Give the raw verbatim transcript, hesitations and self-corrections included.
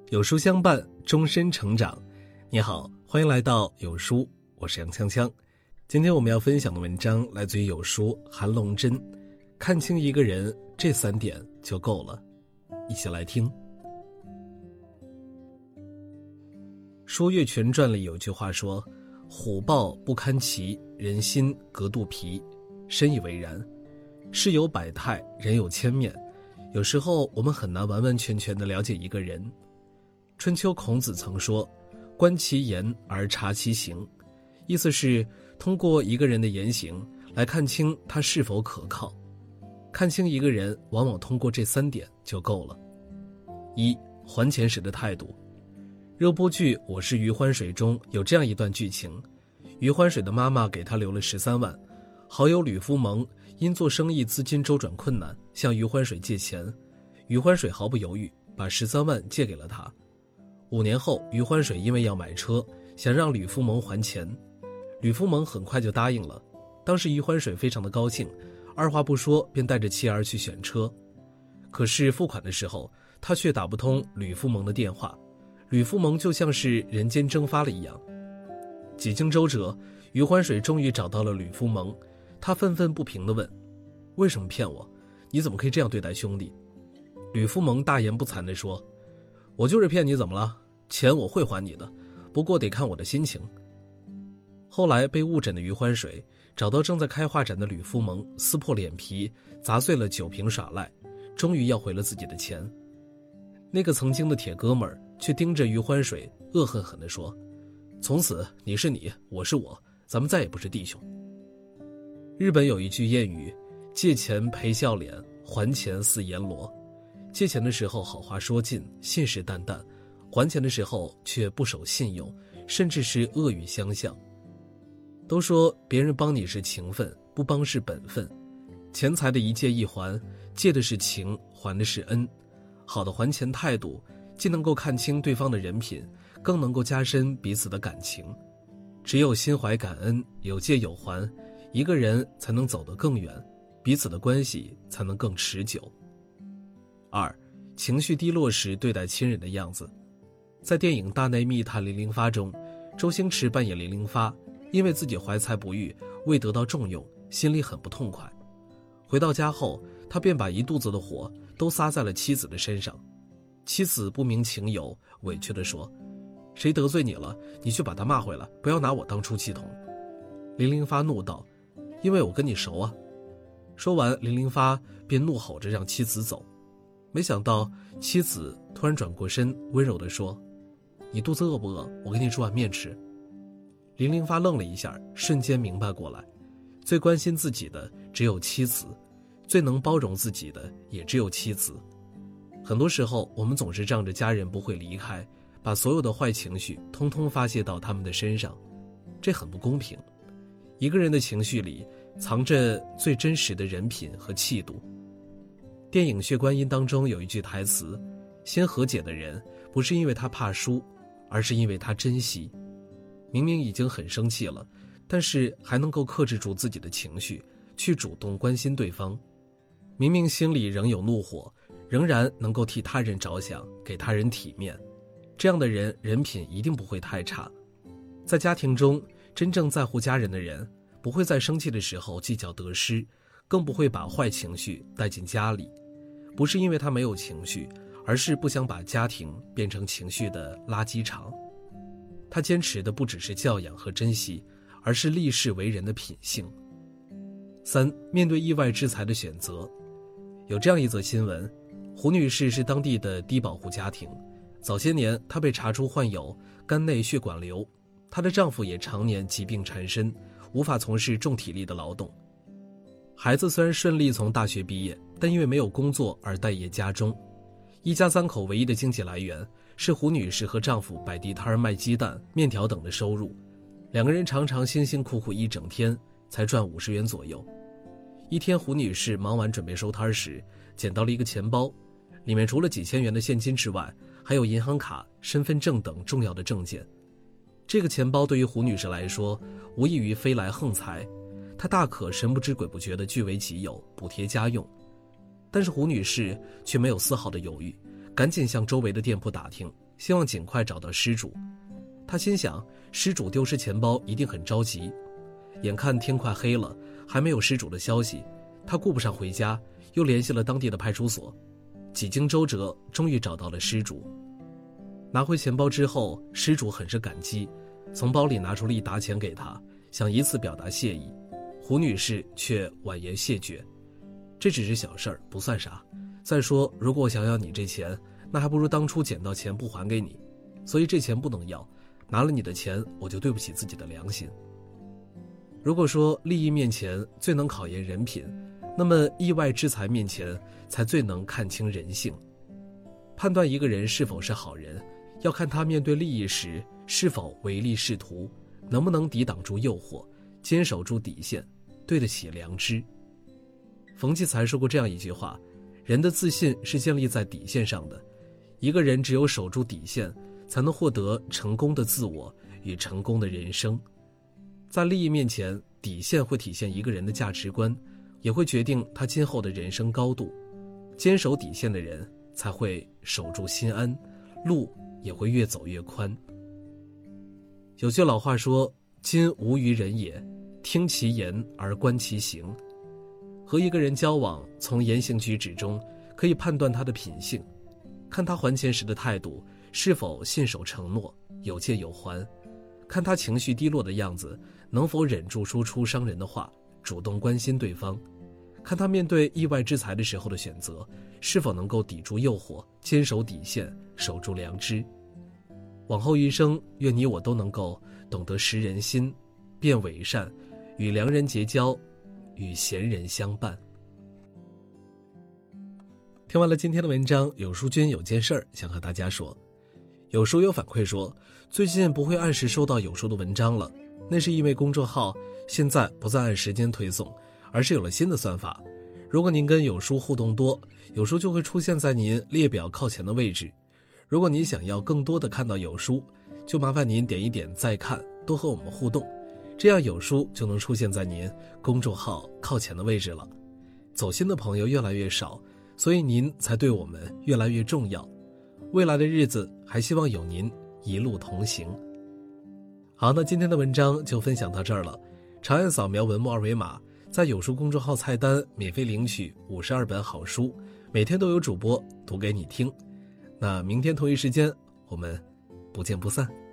有书相伴，终身成长。你好，欢迎来到有书，我是杨锵锵。今天我们要分享的文章来自于有书韩龙真，看清一个人，这三点就够了。一起来听。《说岳全传》里有句话说，虎豹不堪其人心隔肚皮，深以为然。事有百态，人有千面，有时候我们很难完完全全地了解一个人。春秋孔子曾说，观其言而察其行，意思是通过一个人的言行来看清他是否可靠。看清一个人往往通过这三点就够了。一、还钱时的态度。热播剧《我是余欢水》中有这样一段剧情，余欢水的妈妈给他留了十三万，好友吕夫蒙因做生意资金周转困难，向余欢水借钱，余欢水毫不犹豫把十三万借给了他。五年后，余欢水因为要买车，想让吕夫蒙还钱，吕夫蒙很快就答应了。当时余欢水非常的高兴，二话不说便带着妻儿去选车。可是付款的时候，他却打不通吕夫蒙的电话，吕夫蒙就像是人间蒸发了一样。几经周折，余欢水终于找到了吕夫蒙，他愤愤不平地问，为什么骗我？你怎么可以这样对待兄弟？吕夫蒙大言不惭地说，我就是骗你，怎么了？钱我会还你的，不过得看我的心情。后来被误诊的余欢水找到正在开画展的吕夫蒙，撕破脸皮砸碎了酒瓶耍赖，终于要回了自己的钱。那个曾经的铁哥们儿却盯着余欢水恶狠狠地说，从此你是你，我是我，咱们再也不是弟兄。日本有一句谚语，借钱赔笑脸，还钱似阎罗。借钱的时候好话说尽，信誓旦旦，还钱的时候却不守信用，甚至是恶语相向。都说别人帮你是情分，不帮是本分。钱财的一借一还，借的是情，还的是恩。好的还钱态度，既能够看清对方的人品，更能够加深彼此的感情。只有心怀感恩，有借有还，一个人才能走得更远，彼此的关系才能更持久。二、情绪低落时对待亲人的样子。在电影《大内密探零零发》中，周星驰扮演零零发，因为自己怀才不遇，未得到重用，心里很不痛快。回到家后，他便把一肚子的火都撒在了妻子的身上。妻子不明情由，委屈地说，谁得罪你了，你去把他骂回来，不要拿我当出气筒。零零发怒道，因为我跟你熟啊。说完，零零发便怒吼着让妻子走。没想到妻子突然转过身，温柔地说，你肚子饿不饿？我给你煮碗面吃。零零发愣了一下，瞬间明白过来，最关心自己的只有妻子，最能包容自己的也只有妻子。很多时候我们总是仗着家人不会离开，把所有的坏情绪通通发泄到他们的身上，这很不公平。一个人的情绪里藏着最真实的人品和气度。电影《血观音》当中有一句台词，先和解的人不是因为他怕输，而是因为他珍惜。明明已经很生气了，但是还能够克制住自己的情绪，去主动关心对方。明明心里仍有怒火，仍然能够替他人着想，给他人体面，这样的人人品一定不会太差。在家庭中，真正在乎家人的人，不会在生气的时候计较得失，更不会把坏情绪带进家里。不是因为他没有情绪，而是不想把家庭变成情绪的垃圾场。他坚持的不只是教养和珍惜，而是立世为人的品性。三、面对意外之财的选择。有这样一则新闻，胡女士是当地的低保户家庭，早些年她被查出患有肝内血管瘤，她的丈夫也常年疾病缠身，无法从事重体力的劳动。孩子虽然顺利从大学毕业，但因为没有工作而待业家中。一家三口唯一的经济来源是胡女士和丈夫摆地摊卖鸡蛋、面条等的收入，两个人常常辛辛苦苦一整天才赚五十元左右。一天，胡女士忙完准备收摊时，捡到了一个钱包，里面除了几千元的现金之外，还有银行卡、身份证等重要的证件。这个钱包对于胡女士来说，无异于飞来横财，她大可神不知鬼不觉地据为己有，补贴家用。但是胡女士却没有丝毫的犹豫，赶紧向周围的店铺打听， 希望尽快找到失主。他心想，失主丢失钱包一定很着急。眼看天快黑了，还没有失主的消息，他顾不上回家，又联系了当地的派出所。几经周折，终于找到了失主。拿回钱包之后，失主很是感激，从包里拿出了一沓钱给他，想以此表达谢意。胡女士却婉言谢绝，这只是小事儿，不算啥。再说，如果我想要你这钱，那还不如当初捡到钱不还给你，所以这钱不能要，拿了你的钱，我就对不起自己的良心。如果说利益面前最能考验人品，那么意外之财面前才最能看清人性。判断一个人是否是好人，要看他面对利益时是否唯利是图，能不能抵挡住诱惑，坚守住底线，对得起良知。冯骥才说过这样一句话，人的自信是建立在底线上的，一个人只有守住底线，才能获得成功的自我与成功的人生。在利益面前，底线会体现一个人的价值观，也会决定他今后的人生高度。坚守底线的人才会守住心安，路也会越走越宽。有句老话说，今无于人也，听其言而观其行。和一个人交往，从言行举止中可以判断他的品性，看他还钱时的态度是否信守承诺，有借有还，看他情绪低落的样子能否忍住说出伤人的话，主动关心对方，看他面对意外之财的时候的选择是否能够抵住诱惑，坚守底线，守住良知。往后余生，愿你我都能够懂得识人心，辨伪善，与良人结交，与贤人相伴。听完了今天的文章，有书君有件事儿想和大家说。有书友反馈说，最近不会按时收到有书的文章了，那是因为公众号现在不再按时间推送，而是有了新的算法。如果您跟有书互动多，有书就会出现在您列表靠前的位置。如果您想要更多的看到有书，就麻烦您点一点再看，多和我们互动，这样有书就能出现在您公众号靠前的位置了。走心的朋友越来越少，所以您才对我们越来越重要。未来的日子还希望有您一路同行。好，那今天的文章就分享到这儿了。长按扫描文末二维码，在有书公众号菜单免费领取五十二本好书，每天都有主播读给你听。那明天同一时间我们不见不散。